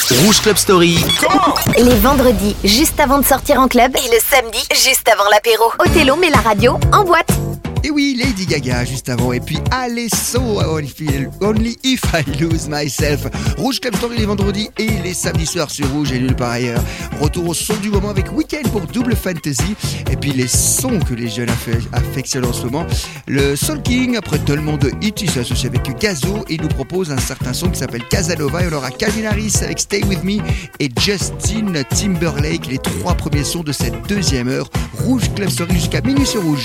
Rouge Club Story. Les vendredis, juste avant de sortir en club, et le samedi, juste avant l'apéro. Othello met la radio en boîte. Et oui, Lady Gaga juste avant, et puis Alesso, Only If I Lose Myself. Rouge Club Story les vendredis et les samedis soirs sur Rouge et nulle part ailleurs. Retour au son du moment avec Weekend pour Double Fantasy. Et puis les sons que les jeunes affectionnent en ce moment. Le Soul King, après tellement de hits, il s'associe avec Gazo et il nous propose un certain son qui s'appelle Casanova. Et on aura Calvin Harris avec Stay With Me et Justin Timberlake, les trois premiers sons de cette deuxième heure. Rouge Club Story jusqu'à minuit sur Rouge.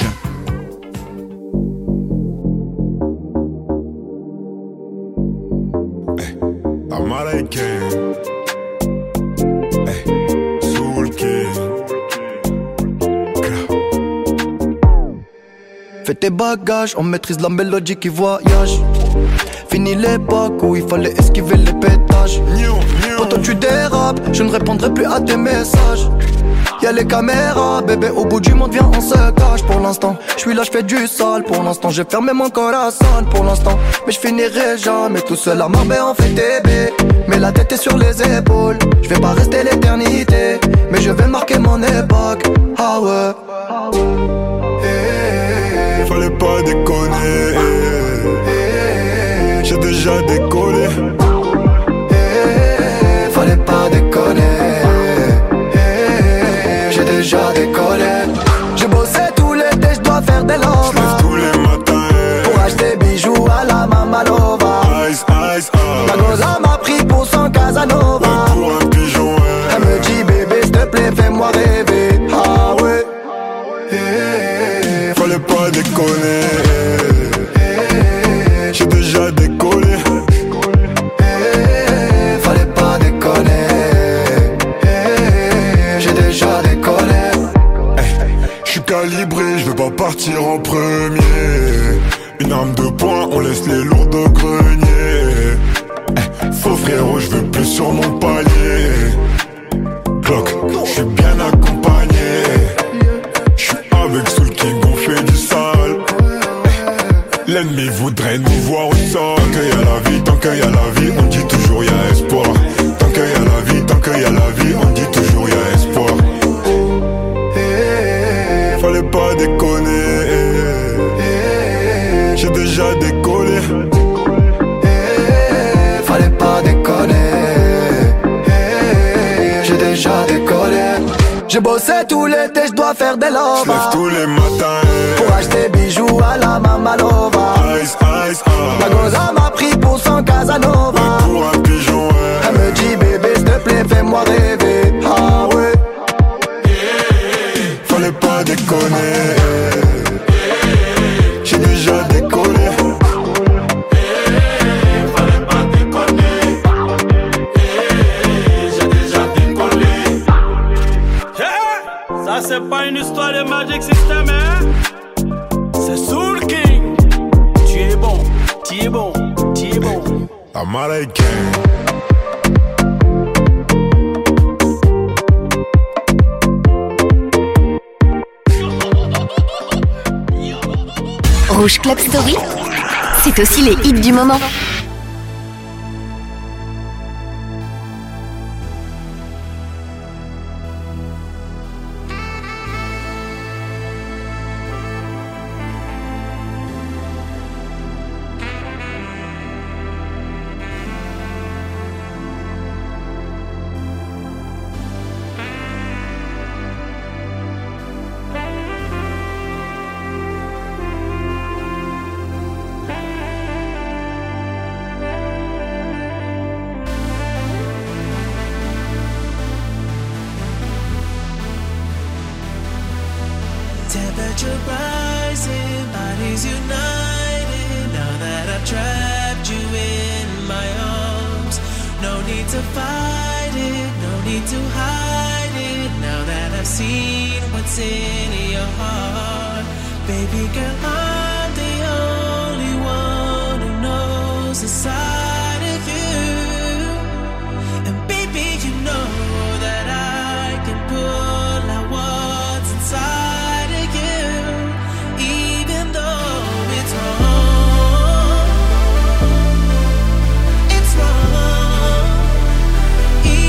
Fais tes bagages, on maîtrise la mélodie qui voyage. Fini l'époque où il fallait esquiver les pétages. Quand tu dérapes, je ne répondrai plus à tes messages. Y'a les caméras, bébé, au bout du monde, viens, on se cache. Pour l'instant, je suis là, je fais du sale. Pour l'instant, j'ai fermé mon corazon. Pour l'instant, mais je finirai jamais tout seul à Marbella, on fait TB. Mais la tête est sur les épaules. Je vais pas rester l'éternité, mais je vais marquer mon époque. Ah ouais. Fallait pas déconner. J'ai déjà décollé. Fallait pas déconner. J'ai déjà décollé. J'ai bossé tout l'été, je dois faire des lovas. J'lève tous les matins pour acheter bijoux à la Mamalova. Ice, ice, Ma goza m'a pris pour son Casanova. Pour un pigeon, Elle me dit bébé, s'il te plaît, fais-moi rêver. Ah ouais. Fallait pas déconner. J'ai déjà décollé. Fallait pas déconner. J'ai déjà décollé. J'suis calibré, j'vais pas partir en premier. Une arme de poing, on laisse les lourds de grenier. Faux frérot, j'veux plus sur mon palier. Glock, j'suis bien accompagné. J'suis avec Soul King, on fait du sale. L'ennemi voudrait nous voir au sol. Tant qu'il y a la vie, tant qu'il y a la vie, on dit toujours y a espoir. Tant qu'il y a la vie, tant qu'il y a la vie, on dit toujours y a espoir. Fallait pas déconner. J'ai déjà décollé. Fallait pas déconner. J'ai déjà décollé. J'ai bossé tout l'été, je dois faire des lovas. J'lève tous les matins pour acheter bijoux à la Mamalova. Ice, ice, Ma goza m'a pris pour son Casanova. Pour un pigeon, Elle me dit bébé, s'il te plaît, fais-moi rêver. Ah ouais. Fallait pas déconner. J'ai déjà décollé. Fallait pas déconner. J'ai déjà décollé. Ça c'est pas une histoire de Magic System, hein? C'est Soul King. Tu es bon, tu es bon, tu es bon. Américain. Rouge Club Story, c'est aussi les hits du moment. Temperature rising, bodies united. Now that I've trapped you in my arms, no need to fight it, no need to hide it. Now that I've seen what's in your heart, baby girl, I'm the only one who knows the side of you. And baby, you know that I can pull out what's inside. Even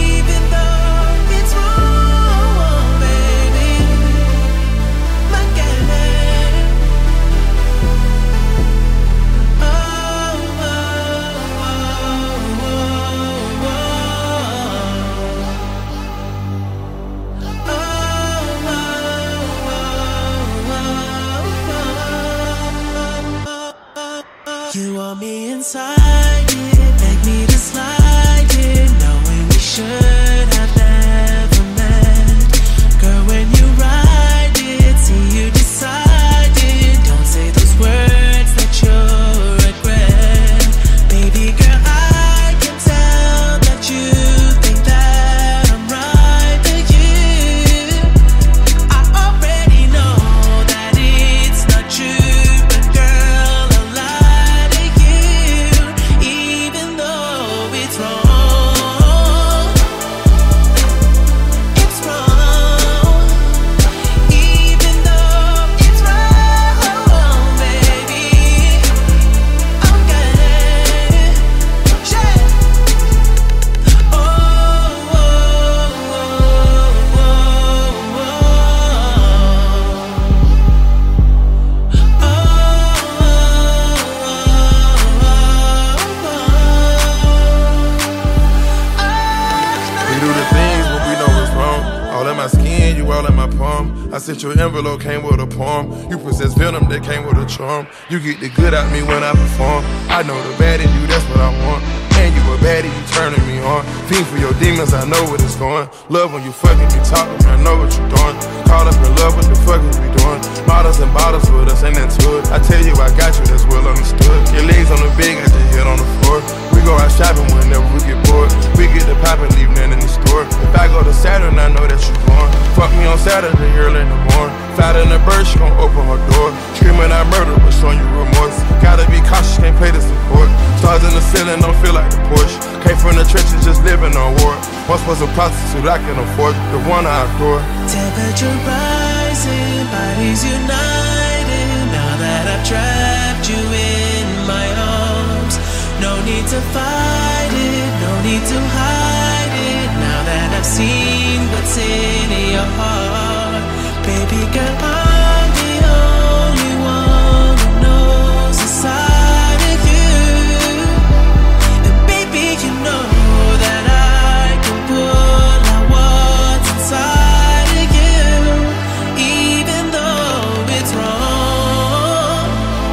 and you all in my palm. I sent your envelope, came with a poem. You possess venom that came with a charm. You get the good out me when I perform. I know the bad in you, that's what I want. And you a baddie, you turning me on. Fiend for your demons, I know what it's going. Love when you fucking me talking, I know what you're doing. Caught up in love, what the fuck is we doing? Models and bottles with us, ain't that to it? I tell you I got you, that's well understood. Your legs on the bed, got your head on the floor. We go out shopping whenever we get bored. We get the pop and leave nothing in the store. If I go to Saturn, I know that you born. Fuck me on Saturday, early in the morning. Fat in the bird, she gon' open her door. Screaming I murder, but showing you remorse. Gotta be cautious, can't play the support. Stars in the ceiling, don't feel like the Porsche. Came from the trenches, just living on war. Once was a prostitute, I can afford the one I adore. Temperature rising, bodies united. Now that I've trapped you in my arms, no need to fight it, no need to hide it. Now that I've seen what's in your heart, baby girl, I'm the only one who knows the side of you. And baby, you know that I can pull out what's inside of you, even though it's wrong.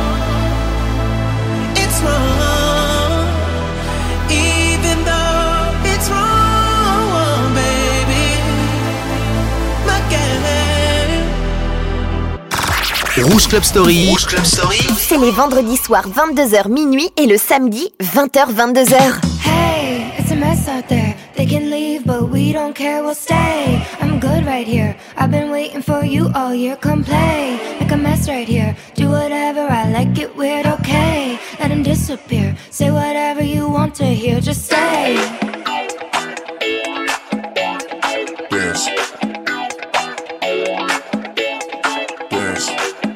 It's wrong, even though it's wrong, baby. My game. Rouge Club Story. Rouge Club Story. C'est les vendredis soirs 22h minuit et le samedi 20h 22h. Hey, it's a mess out there. They can leave, but we don't care, we'll stay. I'm good right here. I've been waiting for you all year. Come play, make a mess right here. Do whatever, I like it weird, okay. Let him disappear. Say whatever you want to hear, just say. Dance. Dance.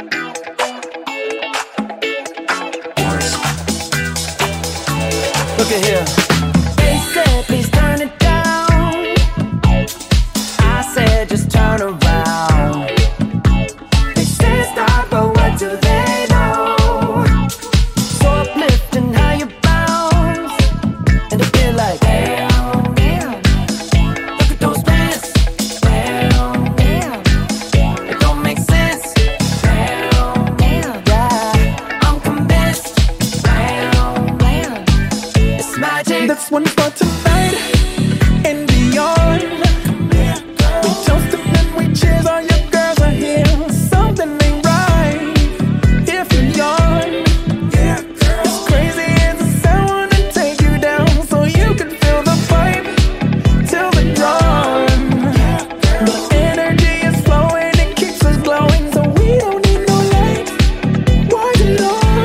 Look at here. They said please turn it down. I said just turn around. They said stop, but what do they know? So uplifting how you bounce, and it feel like damn, damn. Look at those pants, damn, damn. It don't make sense, damn, damn. Yeah, I'm convinced, damn, damn. It's magic. That's one for tonight and beyond. We toast them and we cheers, all your girls are here. Something ain't right if you yawn. It's crazy as a sound, wanna take you down so you can feel the vibe till the dawn. The energy is flowing, it keeps us glowing, so we don't need no lights. Why it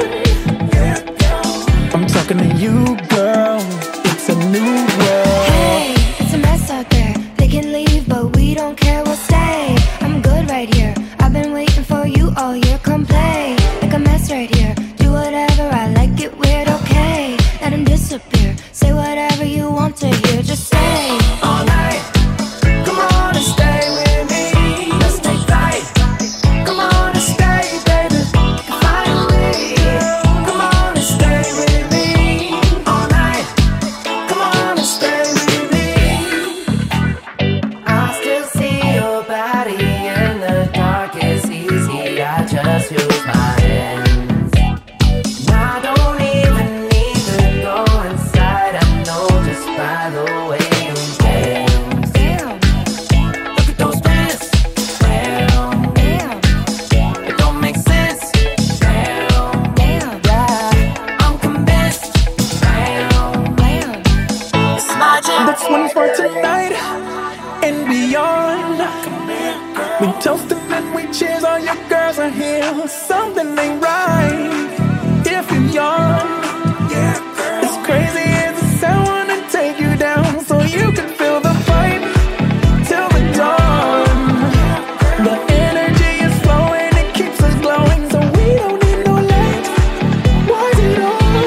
on? I'm talking to you, girl. It's a new world. Hey, it's a mess out there. They can leave, but we don't care, we'll stay. I'm good right here. I've been waiting for you all year. Come play, make a mess right here. Do whatever, I like it weird, okay. Let him disappear. Say whatever you want to hear, just say. All night, come on and stay with me. Let's take flight. Come on and stay, baby. Finally, come on and stay with me. All night, come on and stay with me. I still see your body in the dark. It's easy, I just use my hands. I don't even need to go inside. I know just by the way you dance. Damn, Look at those pants, damn, damn, it don't make sense, damn, damn, yeah, I'm convinced, damn, damn. it's magic. That's one for tonight and beyond. We toast them and we cheers, all your girls are here. Something ain't right if you yawn. It's crazy as a sound, wanna take you down so you can feel the vibe till the dawn. The energy is flowing, it keeps us glowing, so we don't need no lights. Why is it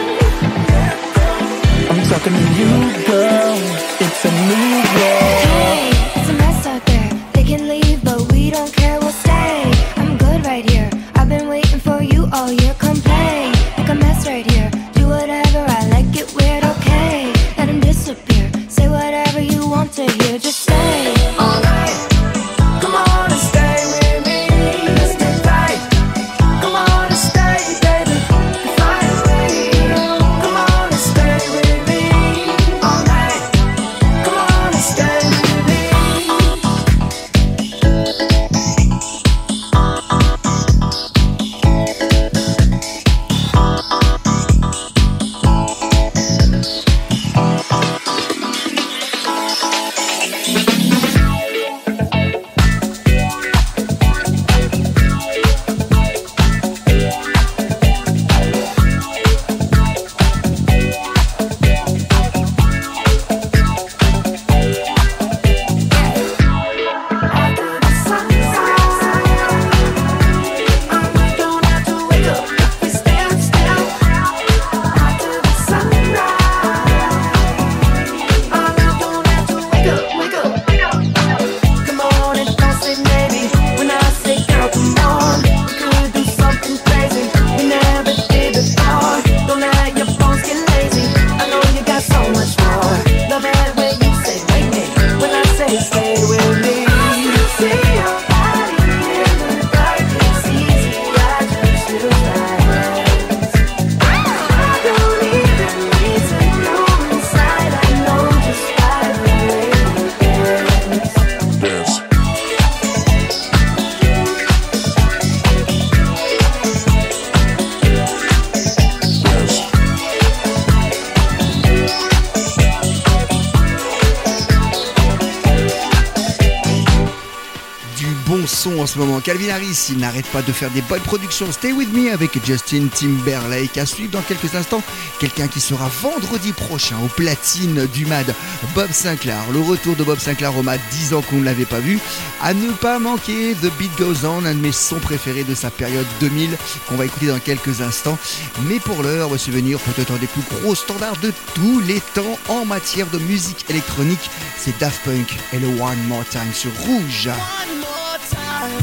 on? I'm talking to you, girl. It's a new world. Hey, it's a mess out there. They can leave, but we don't care, we'll stay. I'm good right here. I've been waiting for you all year. Come play, make a mess right here. Do whatever, I like it weird, okay. Let him disappear. Say whatever you want to hear, just say. All night, come son en ce moment. Calvin Harris, il n'arrête pas de faire des bonnes productions. Stay With Me avec Justin Timberlake. À suivre dans quelques instants, quelqu'un qui sera vendredi prochain au platine du MAD, Bob Sinclair. Le retour de Bob Sinclair au MAD, 10 ans qu'on ne l'avait pas vu. À ne pas manquer, The Beat Goes On, un de mes sons préférés de sa période 2000, qu'on va écouter dans quelques instants. Mais pour l'heure, on va se venir peut-être un des plus gros standards de tous les temps en matière de musique électronique. C'est Daft Punk et le One More Time sur Rouge. One more time.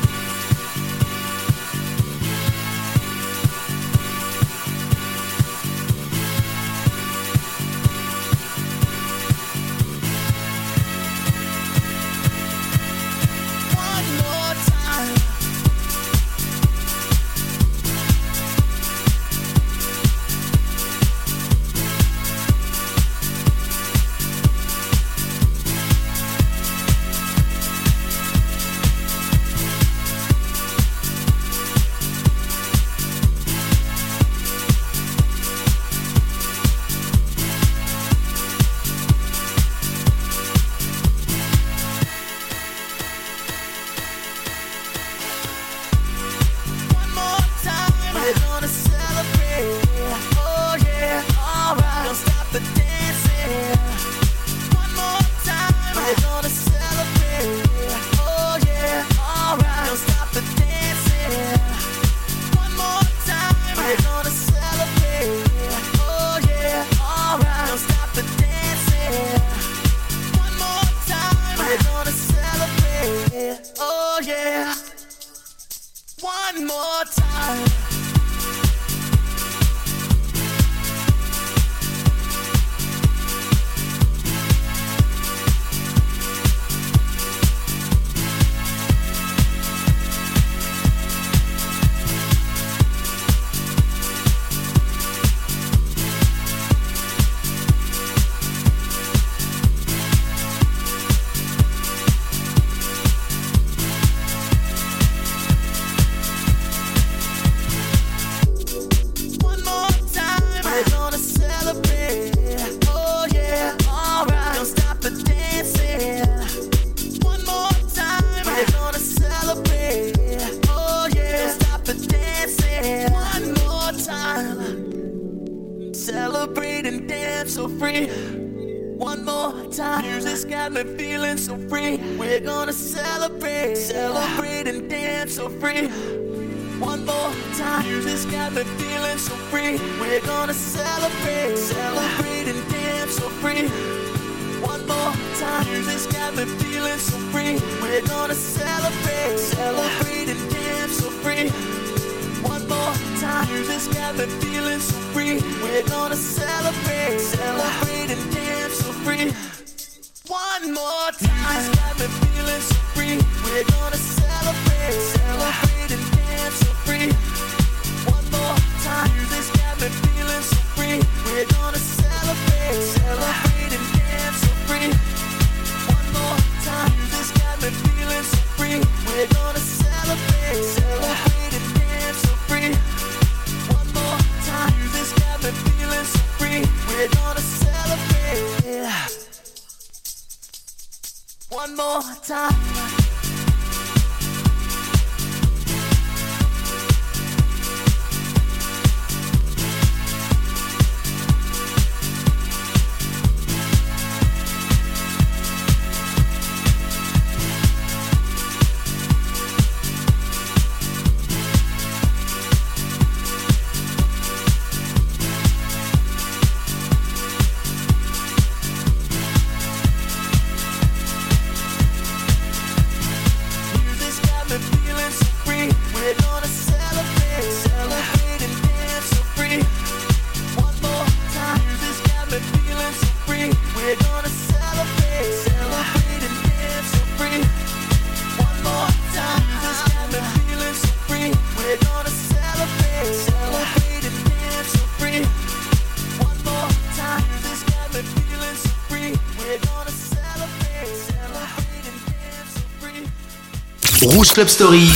Rouge Club Story.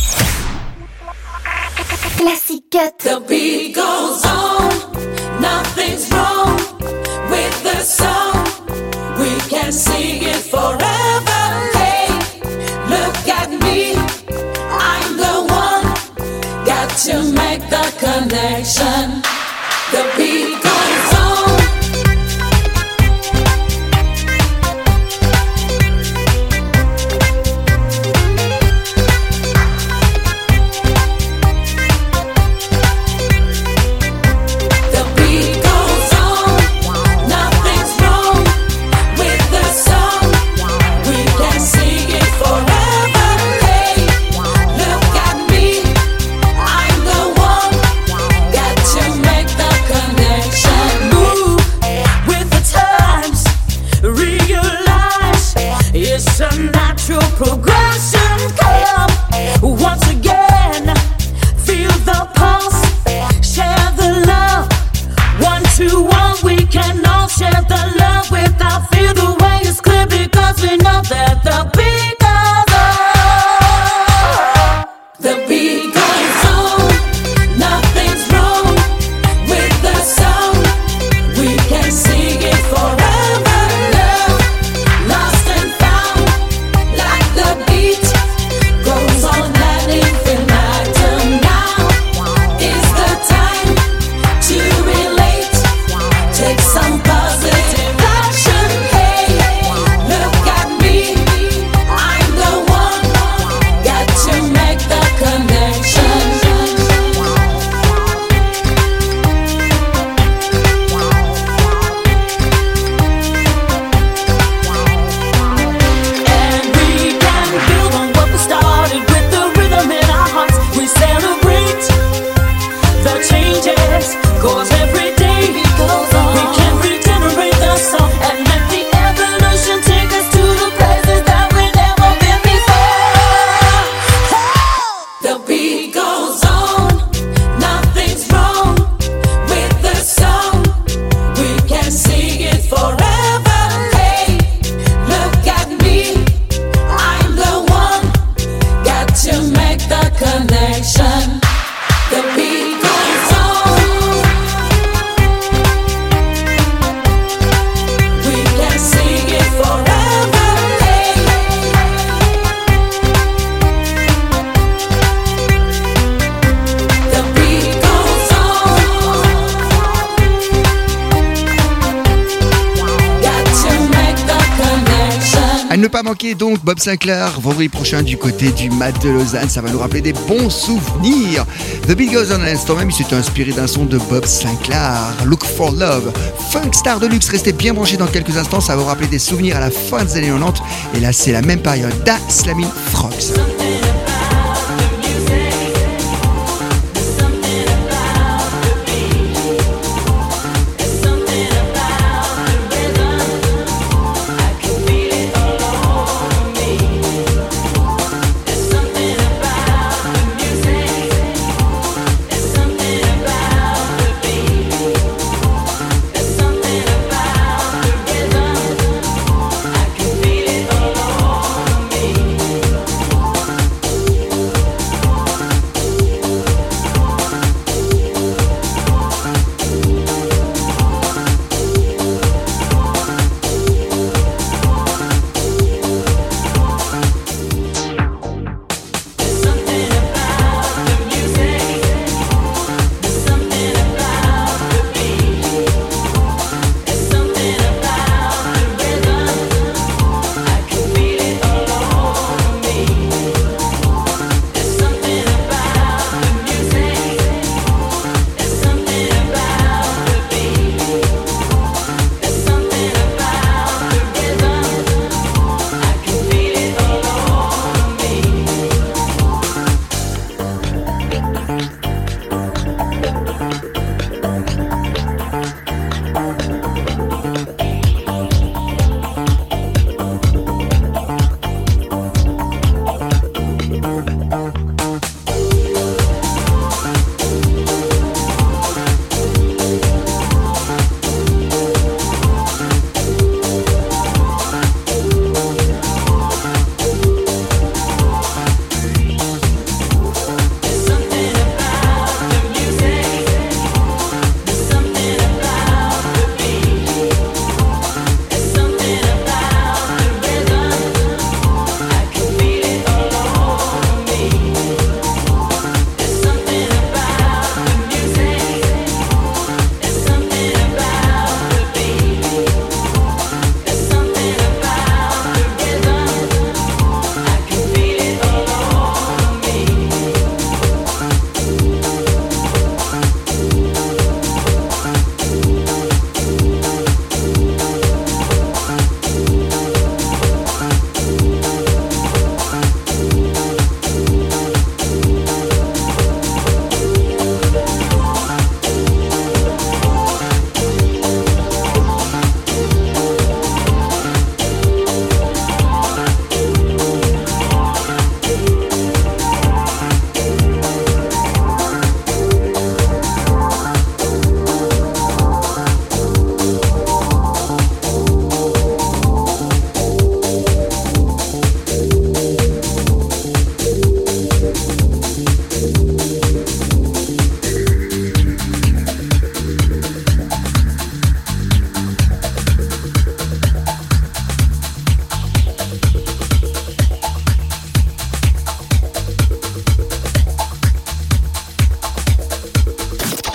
Classic cut. The beat goes on. Nothing's wrong with the song. We can sing it forever. Hey, look at me. connection. The beat goes on. À ne pas manquer donc Bob Sinclair, vendredi prochain du côté du Mat de Lausanne, ça va nous rappeler des bons souvenirs. The Beat Goes On à l'instant même, il s'est inspiré d'un son de Bob Sinclair, Look for Love. Funk Star de luxe, restez bien branchés dans quelques instants, ça va vous rappeler des souvenirs à la fin des années 90. Et là c'est la même période, Da Slamming Frogs.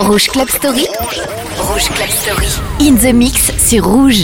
Rouge Club Story. Rouge Club Story. In the mix sur Rouge.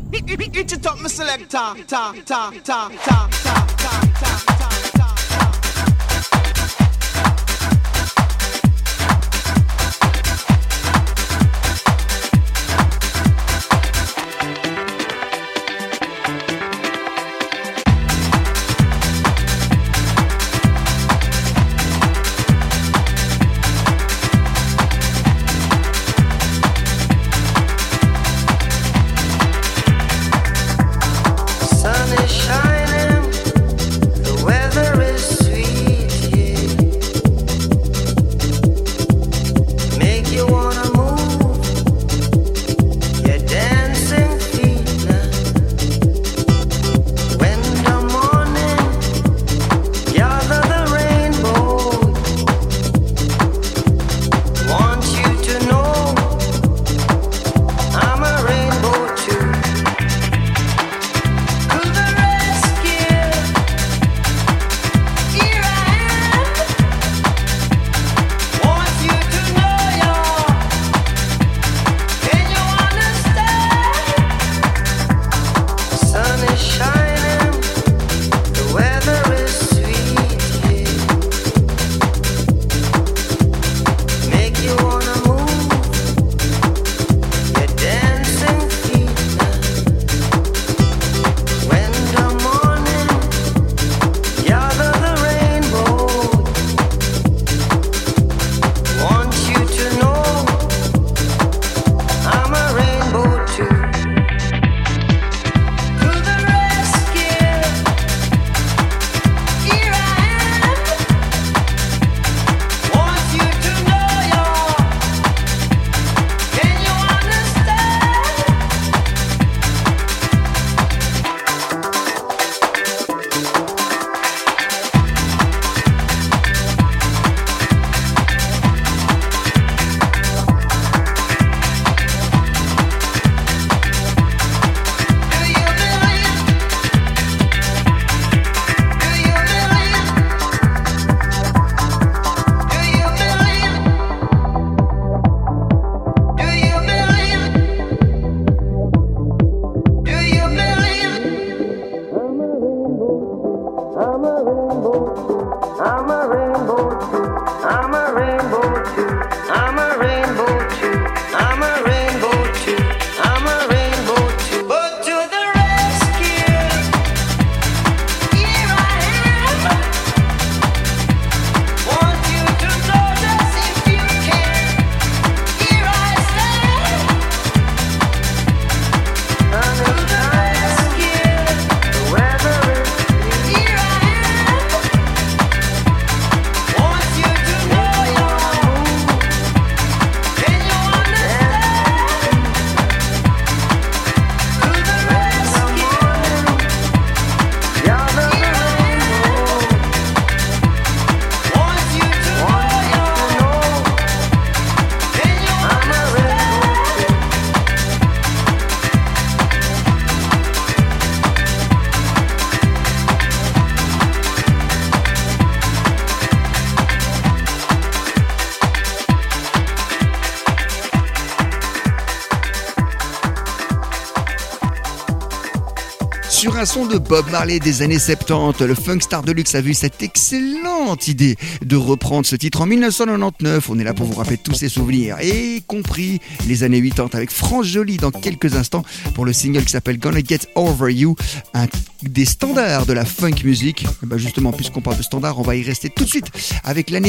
Sur un son de Bob Marley des années 70, le Funk Star Deluxe a vu cette excellente idée de reprendre ce titre en 1999. On est là pour vous rappeler tous ces souvenirs, y compris les années 80 avec France Jolie dans quelques instants pour le single qui s'appelle Gonna Get Over You, un des standards de la funk music. Ben justement, puisqu'on parle de standard, on va y rester tout de suite avec l'année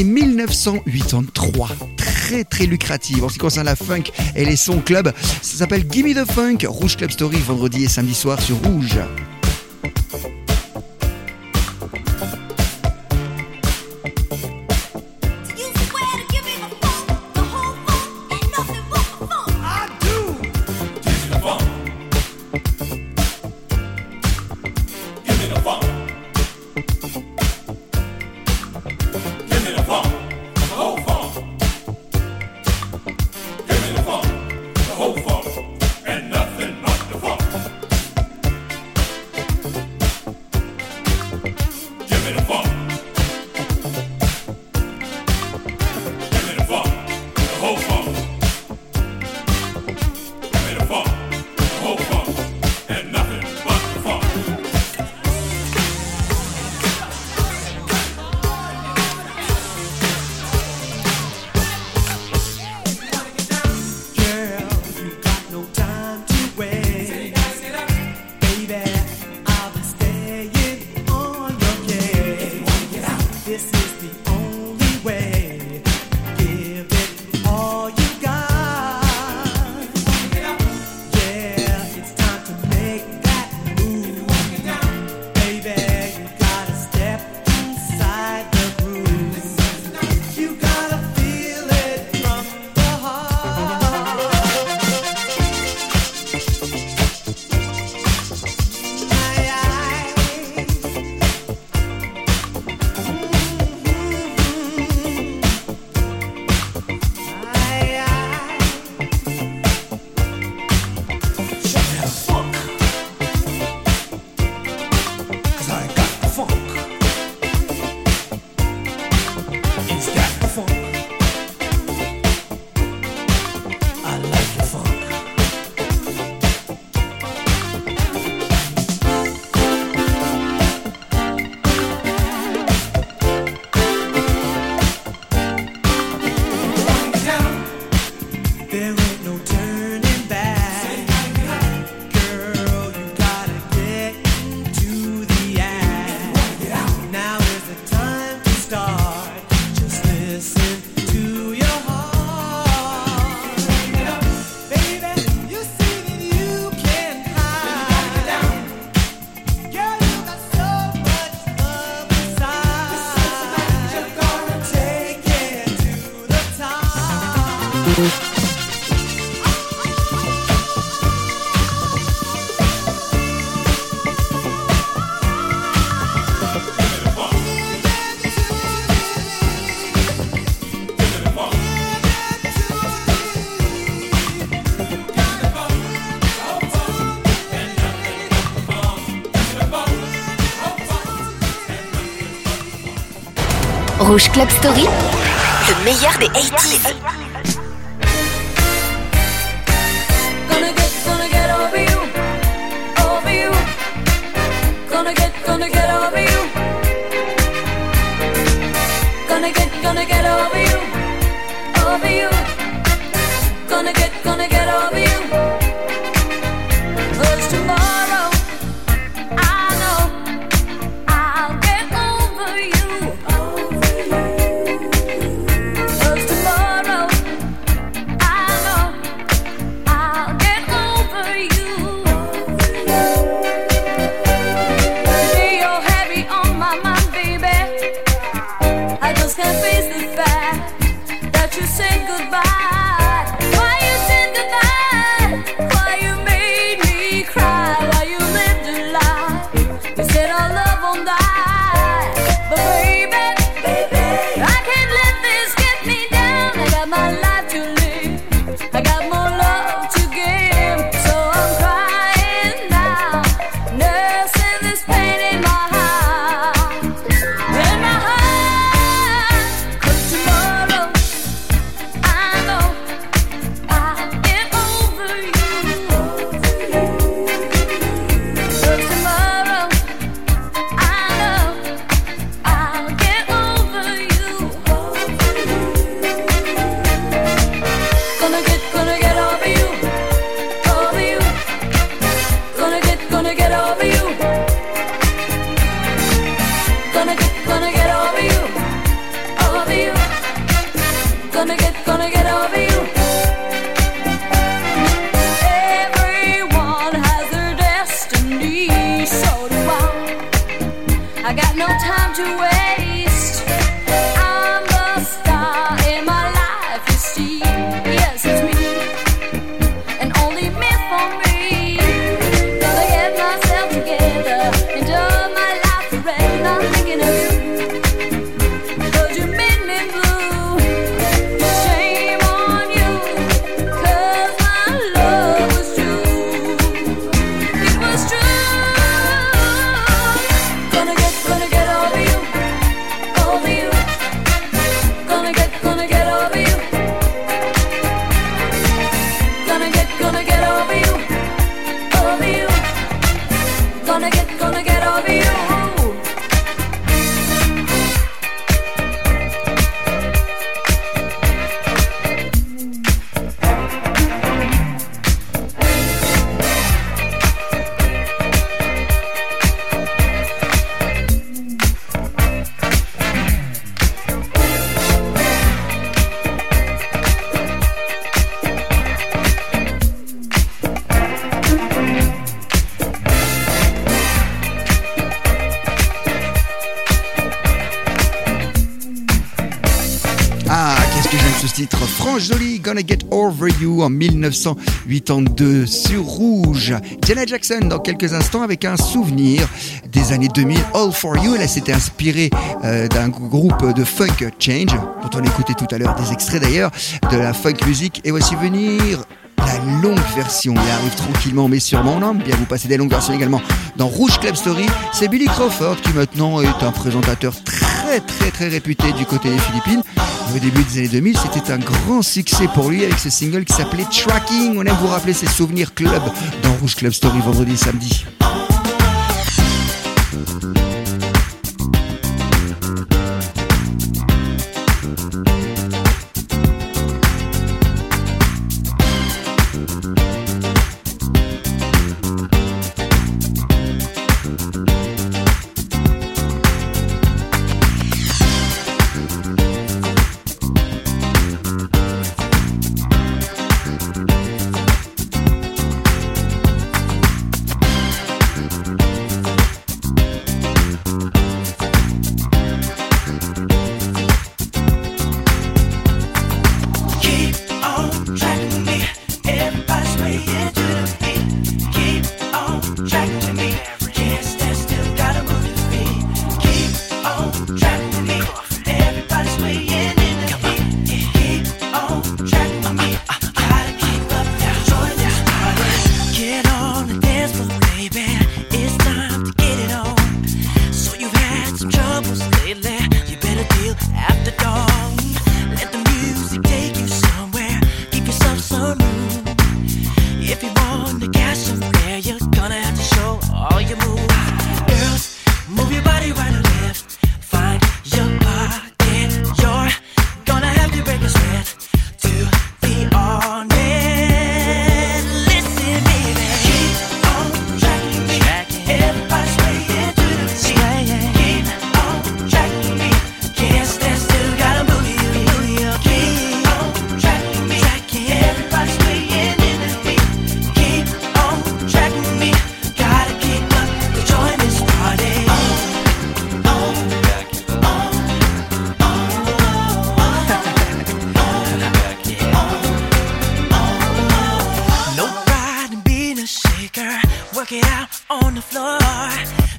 1983. Très lucrative en ce qui concerne la funk et les sons club. Ça s'appelle Gimme the Funk. Rouge Club Story, vendredi et samedi soir sur Rouge. Whole funk and nothing but the funk. Rouge Club Story, le meilleur des 80s. Gonna get over you, over you. Gonna get over you. Gonna get over you, over you. Gonna get over you. 'Cause tomorrow I know I'll get over you. 'Cause tomorrow I know I'll get over you. Baby, you're heavy on my mind, baby. I just can't face the fact that you said goodbye. Why you said goodbye? Why you made me cry? Why you lived a lie? You said our love won't die. But baby, I can't let this get me down. I got my life to live. I got more love to give. So I'm crying now, nursing this pain in my heart. In my heart. 'Cause tomorrow I know I'll get over you. 'Cause tomorrow I know I'll get over you. Gonna get over you, over you. Gonna get over you. Gonna get over you, over you. Gonna get over you. Everyone has their destiny, so do I got no time to waste. I'm the star in my life, you see. Yes, it's me, and only me for me. Gonna get myself together, enjoy my life forever. Not thinking of you, 'cause you made me blue. Shame on you, 'cause my love was true. It was true. Gonna get over you, over you. Gonna get over you. Gonna get over you, over you. Gonna get over you. Ah, qu'est-ce que j'aime ce titre. Franche Jolie, Gonna Get Over You en 1982 sur Rouge. Janet Jackson dans quelques instants avec un souvenir des années 2000, All For You. Elle s'était inspirée d'un groupe de funk Change, dont on écoutait tout à l'heure des extraits d'ailleurs, de la funk music. Et voici venir la longue version. Il arrive tranquillement mais sûrement. On aime bien vous passer des longues versions également dans Rouge Club Story. C'est Billy Crawford qui maintenant est un présentateur très réputé du côté des Philippines. Au début des années 2000, c'était un grand succès pour lui avec ce single qui s'appelait Tracking. On aime vous rappeler ses souvenirs club dans Rouge Club Story vendredi et samedi.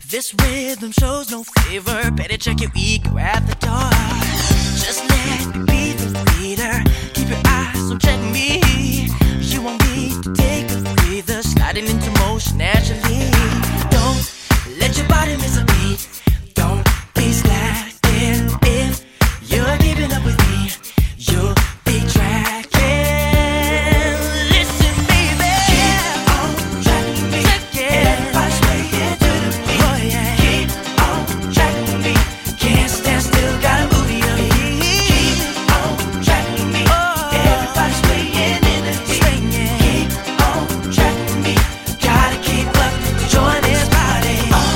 This rhythm shows no favor. Better check your ego at the door. Just let me be the leader. Keep your eyes on check me. You want me to take a breather, sliding into motion naturally. Don't let your body miss a beat. Don't be slacked in. If you're keeping up with me, you'll be tracking. Listen, baby, keep on tracking me. Everybody's waiting to the beat. Oh yeah, keep on tracking me. Can't stand still, gotta move your feet. Keep on tracking me. Everybody's waiting in the heat. Keep on tracking me. Gotta keep up to join this party.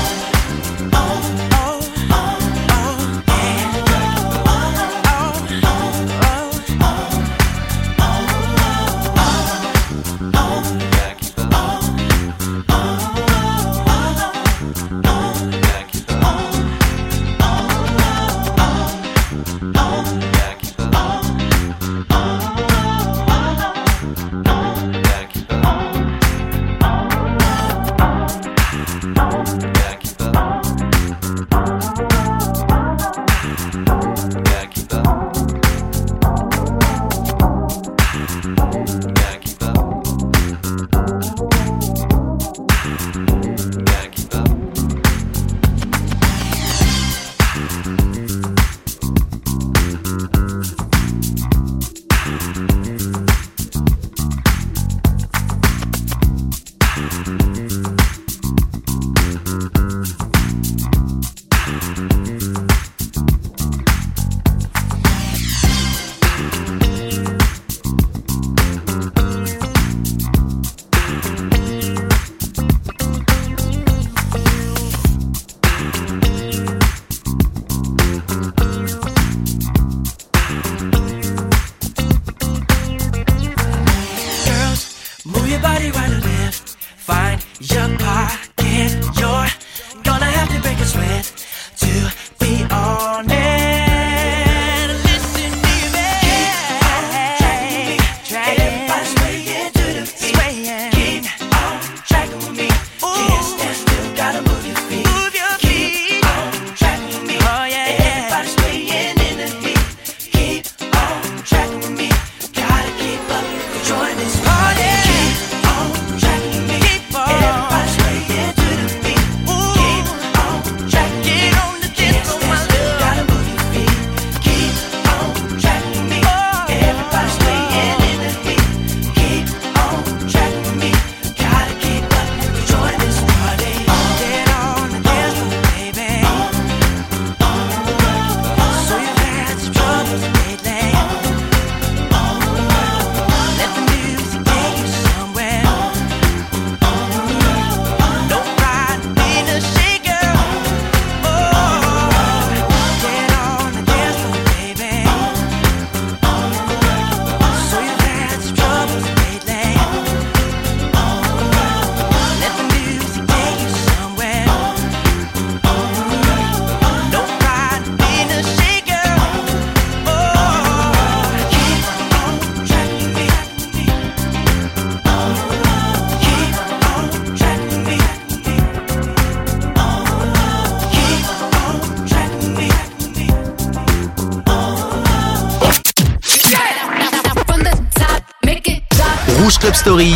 Rouge Club Story.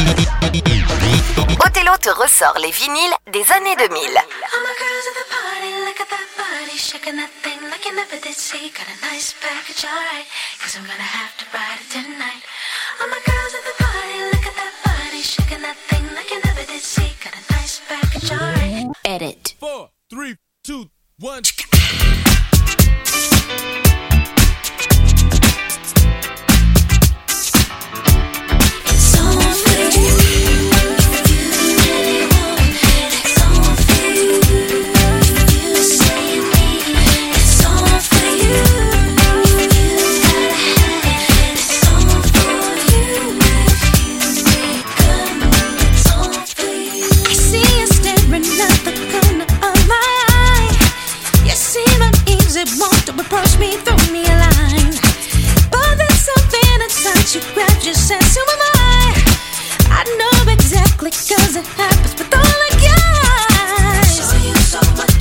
Othello te ressort les vinyles des années 2000. Shaking that thing like you never did see. Got a nice package, alright. Cause I'm gonna have to ride it tonight. All my girls at the party, look at that body. Shaking that thing like you never did see. Got a nice package, alright. Edit. 4, 3, 2, 1. Approach me, throw me a line. But there's something inside you, grab your sense, who am I know exactly, cause it happens with all the guys. So you so much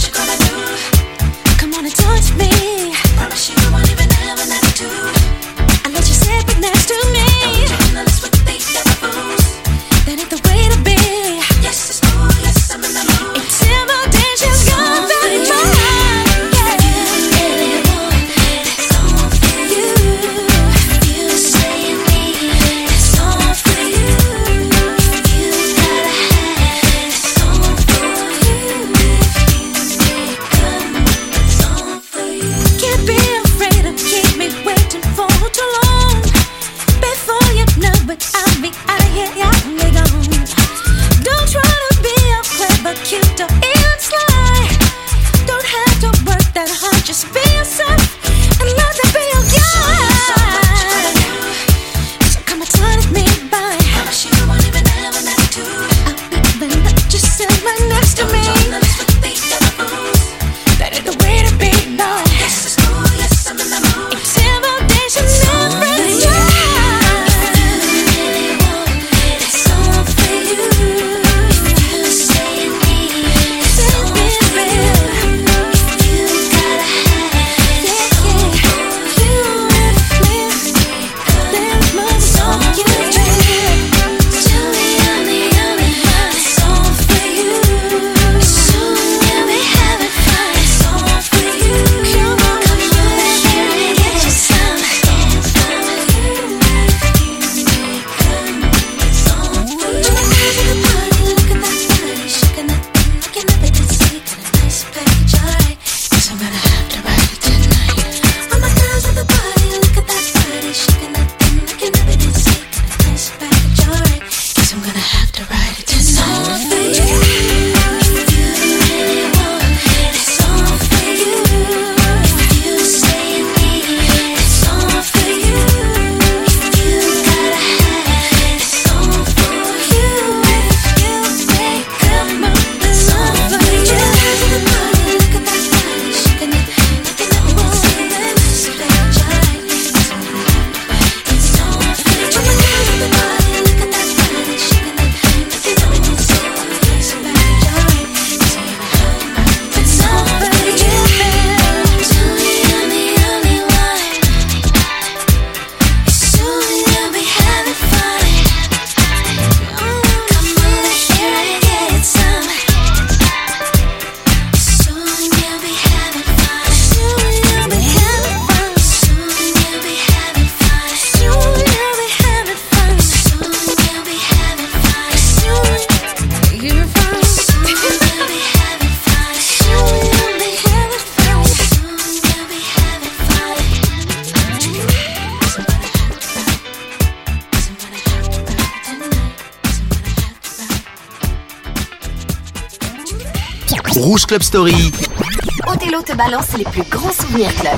Rouge Club Story. Othello te balance les plus grands souvenirs club.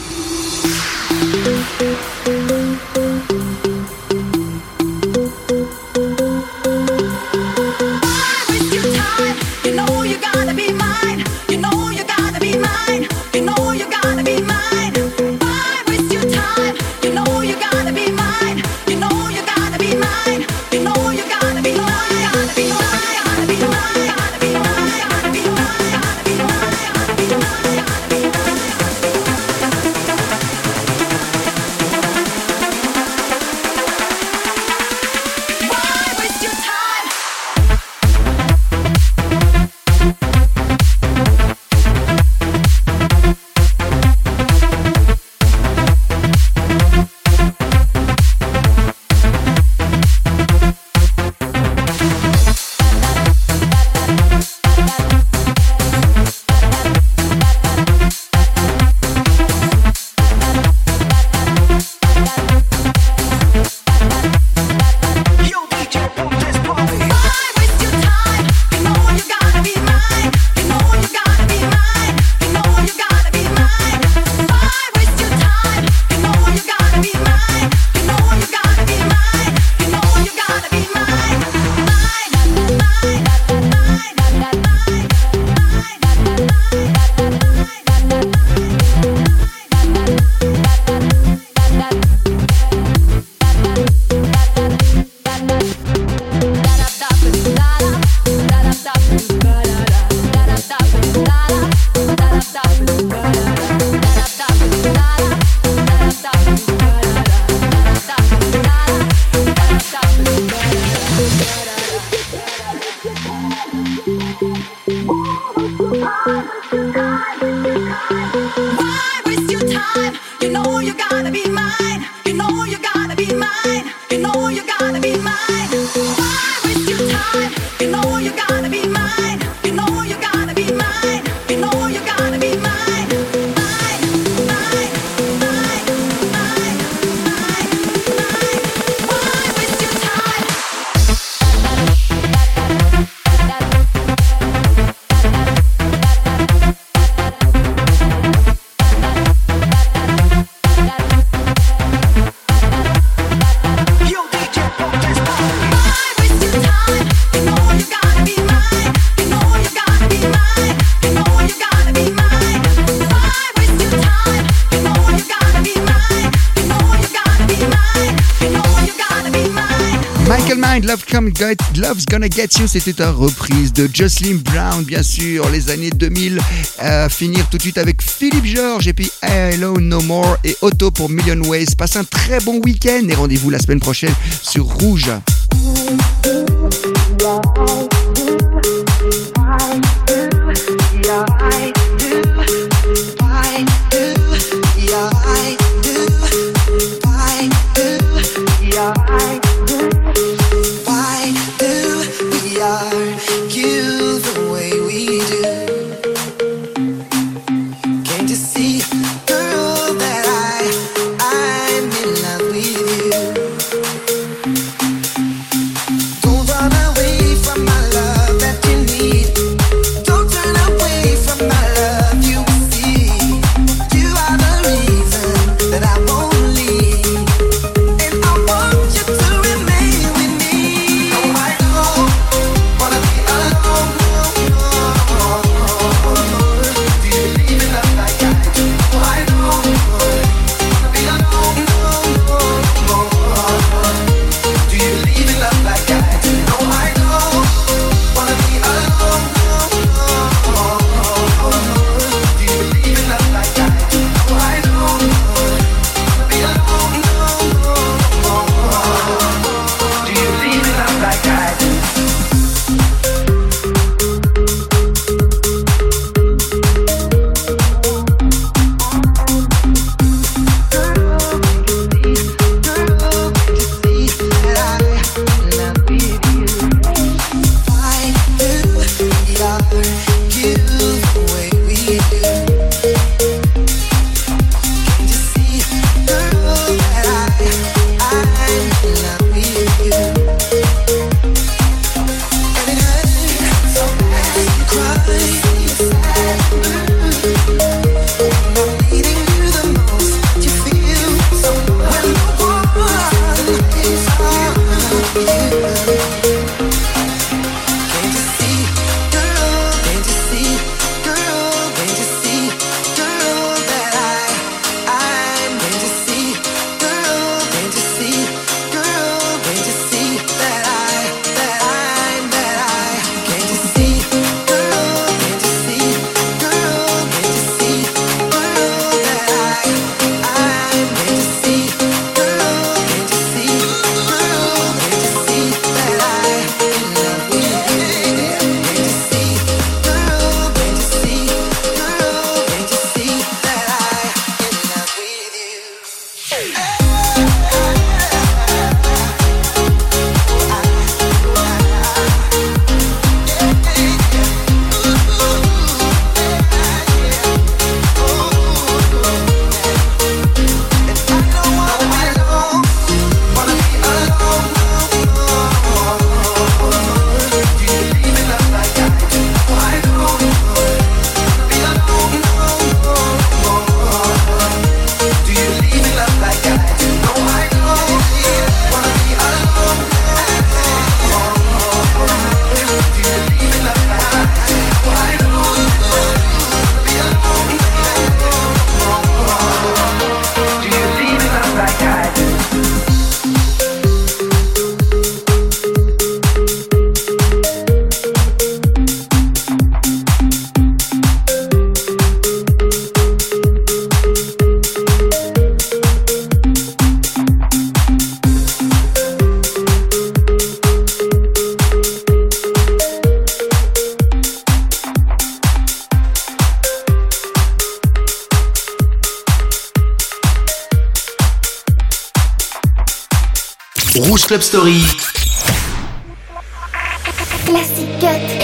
Love's Gonna Get You, c'était une reprise de Jocelyn Brown, bien sûr, les années 2000. Finir tout de suite avec Philippe Georges et puis Hello No More et Otto pour Million Ways. Passe un très bon week-end et rendez-vous la semaine prochaine sur Rouge. Rouge Club Story. Classique cut.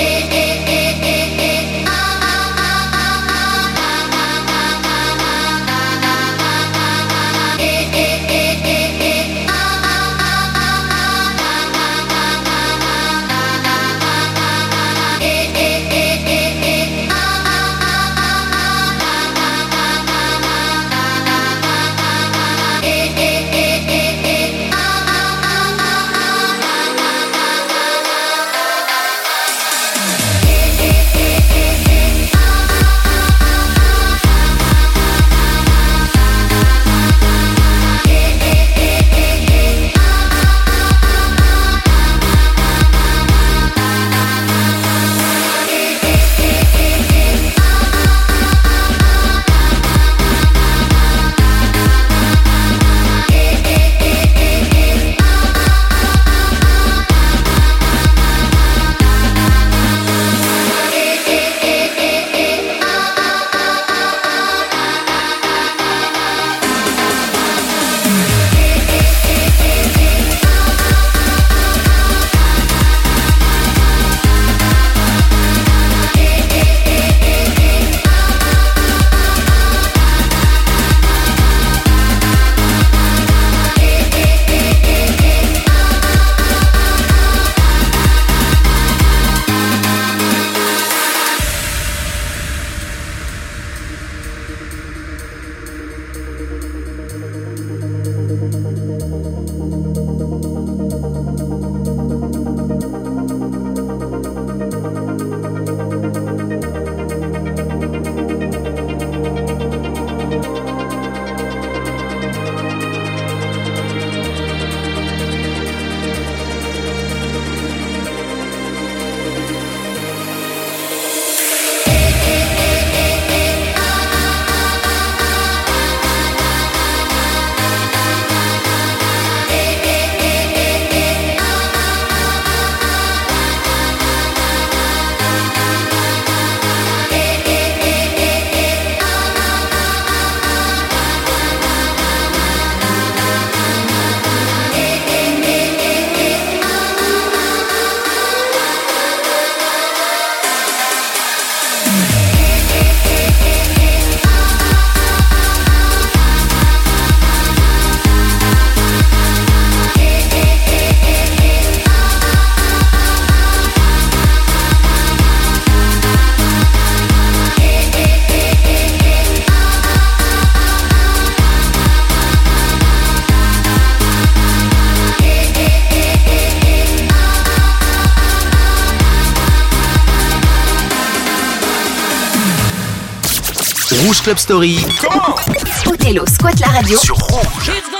Rouge Club Story. Othello squatte la radio sur Rouge.